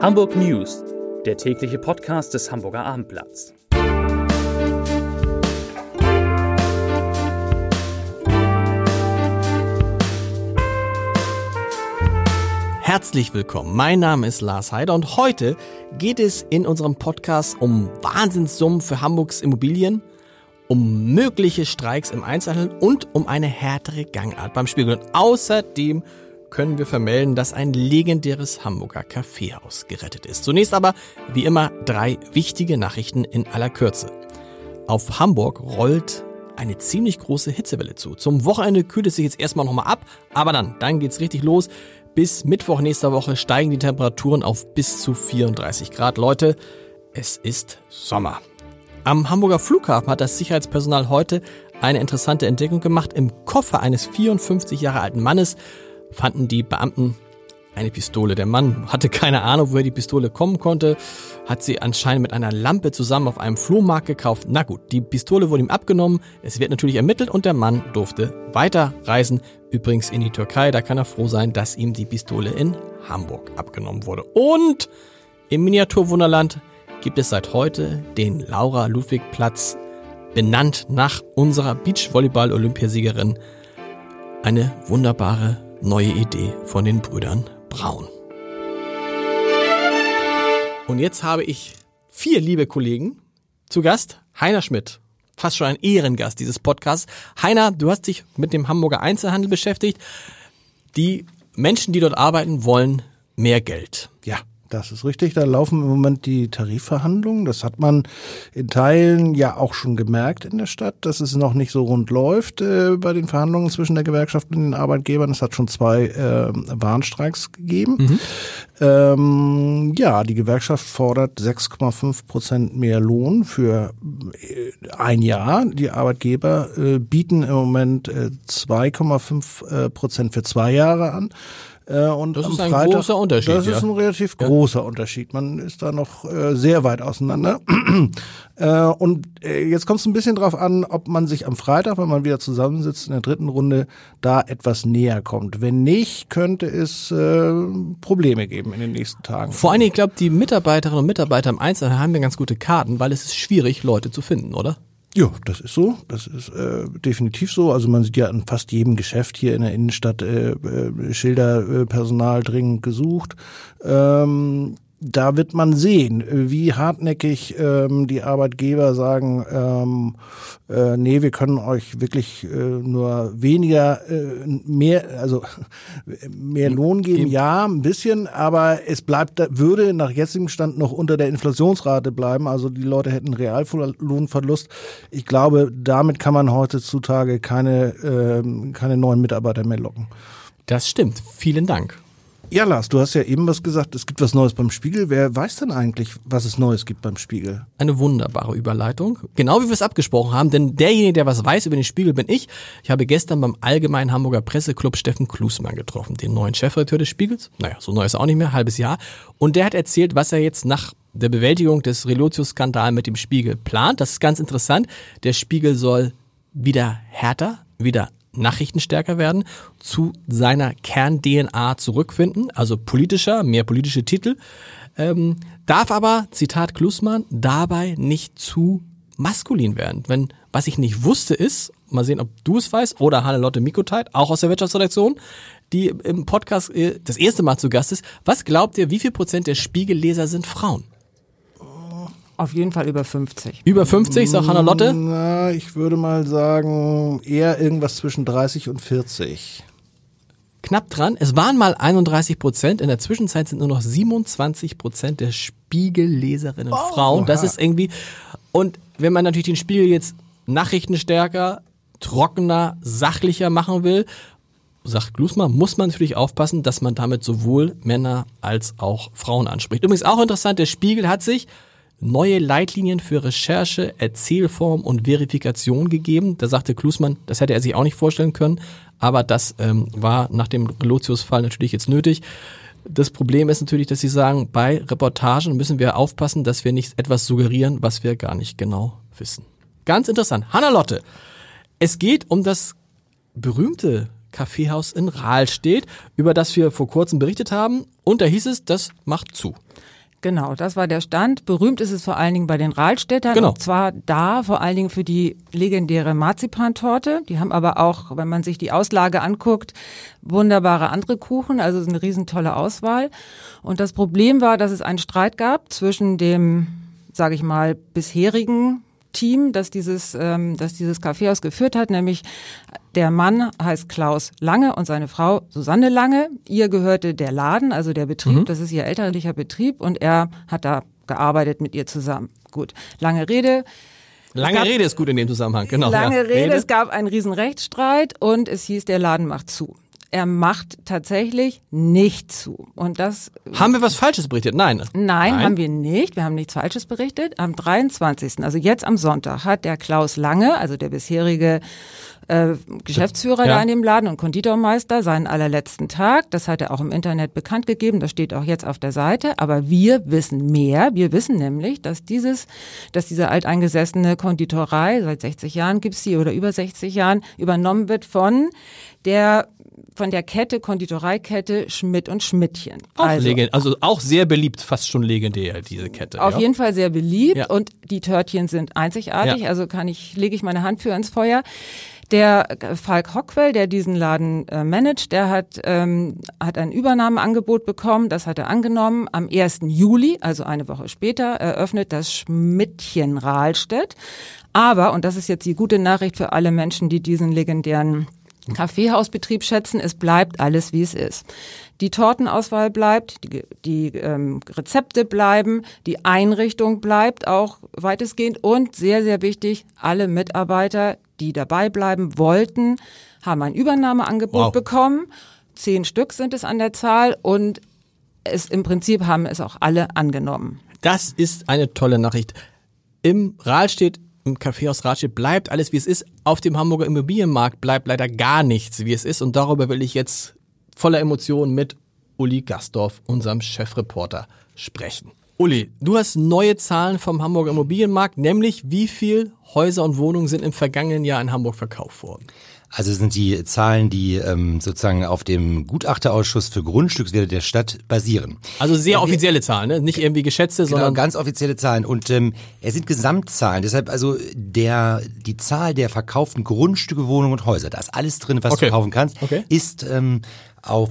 Hamburg News, der tägliche Podcast des Hamburger Abendblatts. Herzlich willkommen, mein Name ist Lars Heider und heute geht es in unserem Podcast um Wahnsinnssummen für Hamburgs Immobilien, um mögliche Streiks im Einzelhandel und um eine härtere Gangart beim Spiegel. Und außerdem können wir vermelden, dass ein legendäres Hamburger Kaffeehaus gerettet ist. Zunächst aber, wie immer, 3 wichtige Nachrichten in aller Kürze. Auf Hamburg rollt eine ziemlich große Hitzewelle zu. Zum Wochenende kühlt es sich jetzt erstmal nochmal ab, aber dann geht's richtig los. Bis Mittwoch nächster Woche steigen die Temperaturen auf bis zu 34 Grad. Leute, es ist Sommer. Am Hamburger Flughafen hat das Sicherheitspersonal heute eine interessante Entdeckung gemacht. Im Koffer eines 54 Jahre alten Mannes fanden die Beamten eine Pistole. Der Mann hatte keine Ahnung, woher die Pistole kommen konnte, hat sie anscheinend mit einer Lampe zusammen auf einem Flohmarkt gekauft. Na gut, die Pistole wurde ihm abgenommen, es wird natürlich ermittelt und der Mann durfte weiterreisen. Übrigens in die Türkei, da kann er froh sein, dass ihm die Pistole in Hamburg abgenommen wurde. Und im Miniaturwunderland gibt es seit heute den Laura-Ludwig-Platz, benannt nach unserer Beachvolleyball-Olympiasiegerin. Eine wunderbare neue Idee von den Brüdern Braun. Und jetzt habe ich 4 liebe Kollegen zu Gast. Heiner Schmidt, fast schon ein Ehrengast dieses Podcasts. Heiner, du hast dich mit dem Hamburger Einzelhandel beschäftigt. Die Menschen, die dort arbeiten, wollen mehr Geld. Ja, das ist richtig. Da laufen im Moment die Tarifverhandlungen. Das hat man in Teilen ja auch schon gemerkt in der Stadt, dass es noch nicht so rund läuft bei den Verhandlungen zwischen der Gewerkschaft und den Arbeitgebern. Es hat schon 2 Warnstreiks gegeben. Die Gewerkschaft fordert 6,5% mehr Lohn für ein Jahr. Die Arbeitgeber bieten im Moment 2,5% für 2 Jahre an. Und das ist ein Freitag, großer Unterschied. Das ist ein relativ großer Unterschied. Man ist da noch sehr weit auseinander. Und jetzt kommt es ein bisschen drauf an, ob man sich am Freitag, wenn man wieder zusammensitzt in der 3. Runde, da etwas näher kommt. Wenn nicht, könnte es Probleme geben in den nächsten Tagen. Vor allem, ich glaube, die Mitarbeiterinnen und Mitarbeiter im Einzelhandel haben ja ganz gute Karten, weil es ist schwierig, Leute zu finden, oder? Ja, das ist so. Das ist definitiv so. Also man sieht ja an fast jedem Geschäft hier in der Innenstadt Schilder, Personal dringend gesucht. Da wird man sehen, wie hartnäckig die Arbeitgeber sagen, nee, wir können euch wirklich nur weniger, mehr Lohn geben. Ja, ein bisschen, aber es würde nach jetzigem Stand noch unter der Inflationsrate bleiben. Also die Leute hätten Reallohnverlust. Ich glaube, damit kann man heutzutage keine neuen Mitarbeiter mehr locken. Das stimmt. Vielen Dank. Ja, Lars, du hast ja eben was gesagt, es gibt was Neues beim Spiegel. Wer weiß denn eigentlich, was es Neues gibt beim Spiegel? Eine wunderbare Überleitung. Genau wie wir es abgesprochen haben, denn derjenige, der was weiß über den Spiegel, bin ich. Ich habe gestern beim Allgemeinen Hamburger Presseclub Steffen Klusmann getroffen, den neuen Chefredakteur des Spiegels. Naja, so neu ist er auch nicht mehr, halbes Jahr. Und der hat erzählt, was er jetzt nach der Bewältigung des Relotius-Skandals mit dem Spiegel plant. Das ist ganz interessant. Der Spiegel soll wieder härter, wieder nachrichtenstärker werden, zu seiner Kern-DNA zurückfinden, also politischer, mehr politische Titel, darf aber, Zitat Klusmann, dabei nicht zu maskulin werden. Was ich nicht wusste ist, mal sehen, ob du es weißt, oder Hannelore Mikoteit, auch aus der Wirtschaftsredaktion, die im Podcast das erste Mal zu Gast ist. Was glaubt ihr, wie viel % der Spiegelleser sind Frauen? Auf jeden Fall über 50. Über 50, sagt Hannelore? Na, ich würde mal sagen, eher irgendwas zwischen 30 und 40. Knapp dran. Es waren mal 31%. In der Zwischenzeit sind nur noch 27% der Spiegelleserinnen Frauen. Das ist irgendwie, und wenn man natürlich den Spiegel jetzt nachrichtenstärker, trockener, sachlicher machen will, sagt Klusmann, muss man natürlich aufpassen, dass man damit sowohl Männer als auch Frauen anspricht. Übrigens auch interessant, der Spiegel hat sich neue Leitlinien für Recherche, Erzählform und Verifikation gegeben. Da sagte Klusmann, das hätte er sich auch nicht vorstellen können, aber das war nach dem Relotius-Fall natürlich jetzt nötig. Das Problem ist natürlich, dass sie sagen, bei Reportagen müssen wir aufpassen, dass wir nicht etwas suggerieren, was wir gar nicht genau wissen. Ganz interessant. Hannelore, es geht um das berühmte Kaffeehaus in Rahlstedt, über das wir vor kurzem berichtet haben. Und da hieß es, das macht zu. Genau, das war der Stand. Berühmt ist es vor allen Dingen bei den Rahlstädtern. Genau. Und zwar da vor allen Dingen für die legendäre Marzipantorte. Die haben aber auch, wenn man sich die Auslage anguckt, wunderbare andere Kuchen. Also eine riesentolle Auswahl. Und das Problem war, dass es einen Streit gab zwischen dem, sage ich mal, bisherigen Team, das dieses Kaffeehaus geführt hat, nämlich der Mann heißt Klaus Lange und seine Frau Susanne Lange. Ihr gehörte der Laden, also der Betrieb, das ist ihr elterlicher Betrieb und er hat da gearbeitet mit ihr zusammen. Gut, lange Rede. Lange Rede ist gut in dem Zusammenhang, genau. Lange Rede, es gab einen riesen Rechtsstreit und es hieß, der Laden macht zu. Er macht tatsächlich nicht zu. Und das Haben wir was Falsches berichtet? Nein, haben wir nicht. Wir haben nichts Falsches berichtet. Am 23., also jetzt am Sonntag, hat der Klaus Lange, also der bisherige Geschäftsführer da in dem Laden und Konditormeister, seinen allerletzten Tag. Das hat er auch im Internet bekannt gegeben. Das steht auch jetzt auf der Seite. Aber wir wissen mehr. Wir wissen nämlich, dass diese alteingesessene Konditorei, seit 60 Jahren gibt's die oder über 60 Jahren, übernommen wird von der Konditoreikette Schmidt und Schmidtchen. Also auch sehr beliebt, fast schon legendär, diese Kette. Auf jeden Fall sehr beliebt Ja. und die Törtchen sind einzigartig, Ja. also lege ich meine Hand für ins Feuer. Der Falk Hockwell, der diesen Laden managt, der hat ein Übernahmeangebot bekommen, das hat er angenommen. Am 1. Juli, also eine Woche später, eröffnet das Schmidtchen Rahlstedt. Aber, und das ist jetzt die gute Nachricht für alle Menschen, die diesen legendären Kaffeehausbetrieb schätzen, es bleibt alles, wie es ist. Die Tortenauswahl bleibt, die Rezepte bleiben, die Einrichtung bleibt auch weitestgehend und sehr, sehr wichtig, alle Mitarbeiter, die dabei bleiben wollten, haben ein Übernahmeangebot bekommen. 10 Stück sind es an der Zahl und im Prinzip haben es auch alle angenommen. Das ist eine tolle Nachricht. Im Kaffeehaus Rahlstedt bleibt alles, wie es ist. Auf dem Hamburger Immobilienmarkt bleibt leider gar nichts, wie es ist. Und darüber will ich jetzt voller Emotionen mit Uli Gastorf, unserem Chefreporter, sprechen. Uli, du hast neue Zahlen vom Hamburger Immobilienmarkt, nämlich wie viel Häuser und Wohnungen sind im vergangenen Jahr in Hamburg verkauft worden? Also sind die Zahlen, die sozusagen auf dem Gutachterausschuss für Grundstückswerte der Stadt basieren. Also sehr offizielle Zahlen, ne? Nicht irgendwie geschätzte, Genau, sondern ganz offizielle Zahlen. Und es sind Gesamtzahlen. Deshalb also die Zahl der verkauften Grundstücke, Wohnungen und Häuser, da ist alles drin, was du kaufen kannst, ist auf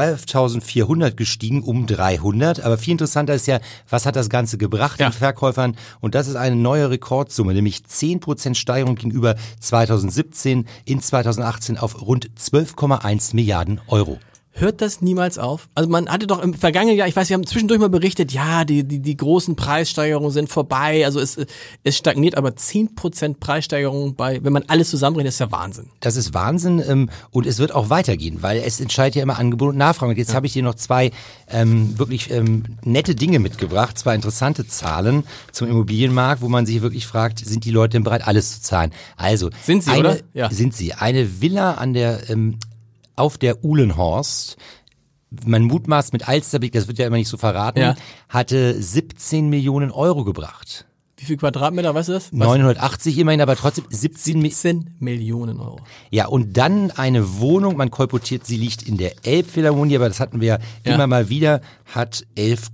12.400 gestiegen, um 300. Aber viel interessanter ist ja, was hat das Ganze gebracht den Verkäufern? Und das ist eine neue Rekordsumme, nämlich 10% Steigerung gegenüber 2017, in 2018 auf rund 12,1 Milliarden Euro. hört das niemals auf? Also man hatte doch im vergangenen Jahr, ich weiß, wir haben zwischendurch mal berichtet, ja, die großen Preissteigerungen sind vorbei, also es stagniert, aber 10% Preissteigerung wenn man alles zusammenrechnet, ist ja Wahnsinn. Das ist Wahnsinn und es wird auch weitergehen, weil es entscheidet ja immer Angebot und Nachfrage. Und jetzt habe ich dir noch zwei wirklich nette Dinge mitgebracht, zwei interessante Zahlen zum Immobilienmarkt, wo man sich wirklich fragt, sind die Leute denn bereit, alles zu zahlen? Also sind sie, oder? Ja. Sind sie. Eine Villa auf der Uhlenhorst, man mutmaßt mit Alsterblick, das wird ja immer nicht so verraten, hatte 17 Millionen Euro gebracht. Wie viel Quadratmeter, weißt du das? 980 immerhin, aber trotzdem 17 Millionen Euro. Ja, und dann eine Wohnung, man kolportiert, sie liegt in der Elbphilharmonie, aber das hatten wir immer mal wieder, hat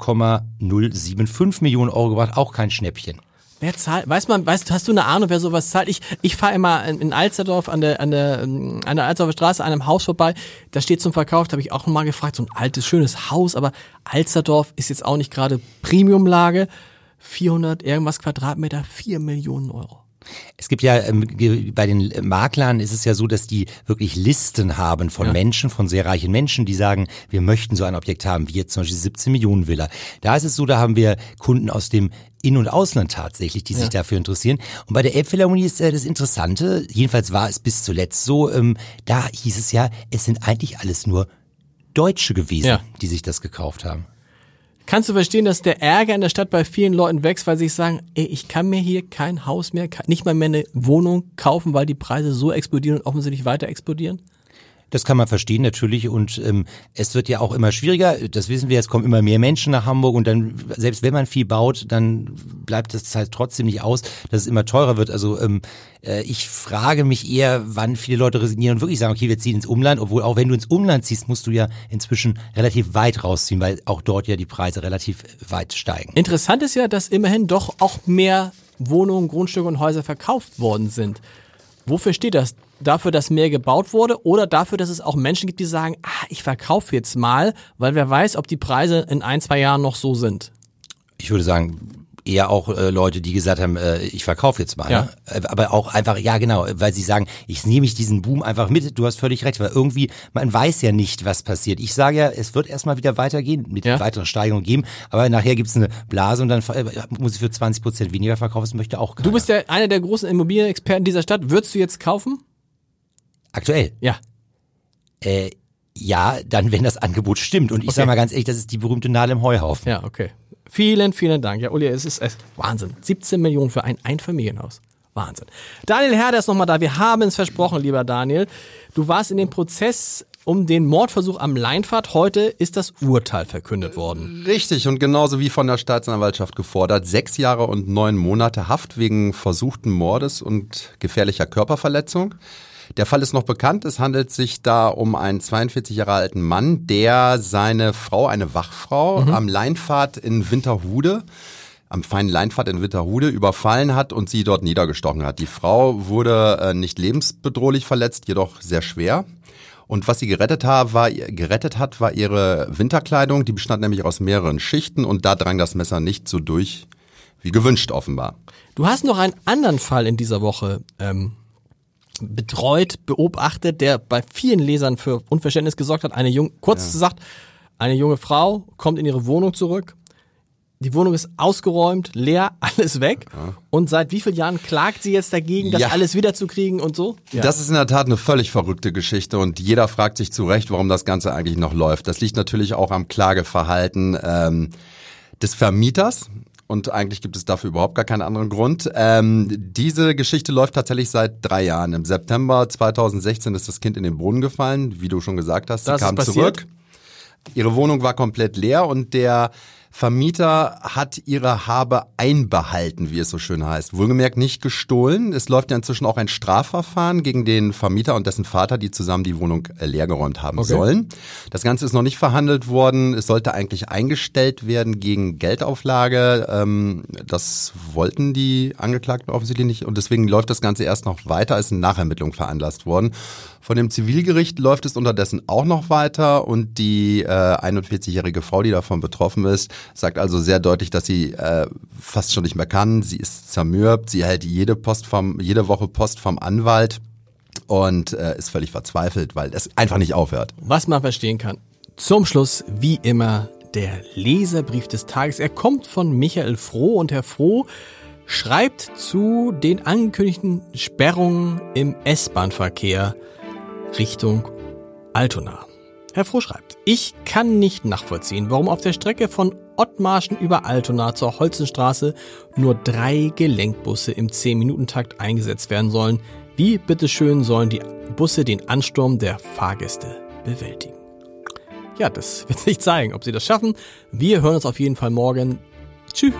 11,075 Millionen Euro gebracht, auch kein Schnäppchen. Wer zahlt? Hast du eine Ahnung, wer sowas zahlt? Ich fahre immer in Alsterdorf an der Alsterdorfer Straße an einem Haus vorbei. Da steht zum Verkauf, da habe ich auch mal gefragt, so ein altes, schönes Haus, aber Alsterdorf ist jetzt auch nicht gerade Premiumlage. 400 irgendwas Quadratmeter, 4 Millionen Euro. Es gibt ja, bei den Maklern ist es ja so, dass die wirklich Listen haben von Menschen, von sehr reichen Menschen, die sagen, wir möchten so ein Objekt haben, wie jetzt zum Beispiel 17 Millionen Villa. Da ist es so, da haben wir Kunden aus dem In- und Ausland tatsächlich, die sich dafür interessieren. Und bei der Elbphilharmonie ist das Interessante, jedenfalls war es bis zuletzt so, da hieß es ja, es sind eigentlich alles nur Deutsche gewesen, die sich das gekauft haben. Kannst du verstehen, dass der Ärger in der Stadt bei vielen Leuten wächst, weil sie sich sagen, ich kann mir hier kein Haus mehr, nicht mal mehr eine Wohnung kaufen, weil die Preise so explodieren und offensichtlich weiter explodieren? Das kann man verstehen natürlich und es wird ja auch immer schwieriger, das wissen wir, es kommen immer mehr Menschen nach Hamburg und dann, selbst wenn man viel baut, dann bleibt es halt trotzdem nicht aus, dass es immer teurer wird. Also ich frage mich eher, wann viele Leute resignieren und wirklich sagen, okay, wir ziehen ins Umland, obwohl auch wenn du ins Umland ziehst, musst du ja inzwischen relativ weit rausziehen, weil auch dort ja die Preise relativ weit steigen. Interessant ist ja, dass immerhin doch auch mehr Wohnungen, Grundstücke und Häuser verkauft worden sind. Wofür steht das? Dafür, dass mehr gebaut wurde oder dafür, dass es auch Menschen gibt, die sagen, ich verkaufe jetzt mal, weil wer weiß, ob die Preise in 1-2 Jahren noch so sind? Ich würde sagen, eher auch Leute, die gesagt haben, ich verkaufe jetzt mal. Ja. Ne? Aber auch einfach, ja genau, weil sie sagen, ich nehme diesen Boom einfach mit. Du hast völlig recht, weil irgendwie, man weiß ja nicht, was passiert. Ich sage ja, es wird erstmal wieder weitergehen, mit weiteren Steigerungen geben, aber nachher gibt es eine Blase und dann muss ich für 20% weniger verkaufen, das möchte auch keiner. Du bist ja einer der großen Immobilienexperten dieser Stadt. Würdest du jetzt kaufen? Aktuell? Ja. Ja, dann, wenn das Angebot stimmt. Und ich sage mal ganz ehrlich, das ist die berühmte Nadel im Heuhaufen. Ja, okay. Vielen, vielen Dank. Ja, Uli, es ist Wahnsinn. 17 Millionen für ein Einfamilienhaus. Wahnsinn. Daniel Herder ist nochmal da. Wir haben es versprochen, lieber Daniel. Du warst in dem Prozess um den Mordversuch am Leinpfad. Heute ist das Urteil verkündet worden. Richtig, und genauso wie von der Staatsanwaltschaft gefordert. 6 Jahre und 9 Monate Haft wegen versuchten Mordes und gefährlicher Körperverletzung. Der Fall ist noch bekannt. Es handelt sich da um einen 42 Jahre alten Mann, der seine Frau, eine Wachfrau, am Leinpfad in Winterhude, am feinen Leinpfad in Winterhude überfallen hat und sie dort niedergestochen hat. Die Frau wurde nicht lebensbedrohlich verletzt, jedoch sehr schwer. Und was sie gerettet hat, war ihre Winterkleidung. Die bestand nämlich aus mehreren Schichten und da drang das Messer nicht so durch, wie gewünscht offenbar. Du hast noch einen anderen Fall in dieser Woche betreut, beobachtet, der bei vielen Lesern für Unverständnis gesorgt hat. Eine junge Frau kommt in ihre Wohnung zurück. Die Wohnung ist ausgeräumt, leer, alles weg. Ja. Und seit wie vielen Jahren klagt sie jetzt dagegen, das alles wiederzukriegen und so? Ja. Das ist in der Tat eine völlig verrückte Geschichte und jeder fragt sich zu Recht, warum das Ganze eigentlich noch läuft. Das liegt natürlich auch am Klageverhalten des Vermieters. Und eigentlich gibt es dafür überhaupt gar keinen anderen Grund. Diese Geschichte läuft tatsächlich seit 3 Jahren. Im September 2016 ist das Kind in den Brunnen gefallen, wie du schon gesagt hast. Sie kam zurück. Ihre Wohnung war komplett leer und der Vermieter hat ihre Habe einbehalten, wie es so schön heißt. Wohlgemerkt nicht gestohlen. Es läuft ja inzwischen auch ein Strafverfahren gegen den Vermieter und dessen Vater, die zusammen die Wohnung leergeräumt haben sollen. Das Ganze ist noch nicht verhandelt worden. Es sollte eigentlich eingestellt werden gegen Geldauflage. Das wollten die Angeklagten offensichtlich nicht und deswegen läuft das Ganze erst noch weiter, ist eine Nachermittlung veranlasst worden. Von dem Zivilgericht läuft es unterdessen auch noch weiter und die 41-jährige Frau, die davon betroffen ist, sagt also sehr deutlich, dass sie fast schon nicht mehr kann. Sie ist zermürbt, sie erhält jede Woche Post vom Anwalt und ist völlig verzweifelt, weil es einfach nicht aufhört. Was man verstehen kann. Zum Schluss, wie immer, der Leserbrief des Tages. Er kommt von Michael Froh und Herr Froh schreibt zu den angekündigten Sperrungen im S-Bahn-Verkehr Richtung Altona. Herr Froh schreibt, ich kann nicht nachvollziehen, warum auf der Strecke von Ottmarschen über Altona zur Holzenstraße nur 3 Gelenkbusse im 10-Minuten-Takt eingesetzt werden sollen. Wie bitteschön sollen die Busse den Ansturm der Fahrgäste bewältigen? Ja, das wird sich zeigen, ob sie das schaffen. Wir hören uns auf jeden Fall morgen. Tschüss!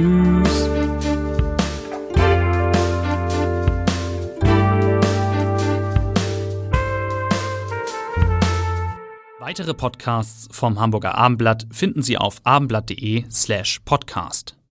Weitere Podcasts vom Hamburger Abendblatt finden Sie auf abendblatt.de/podcast.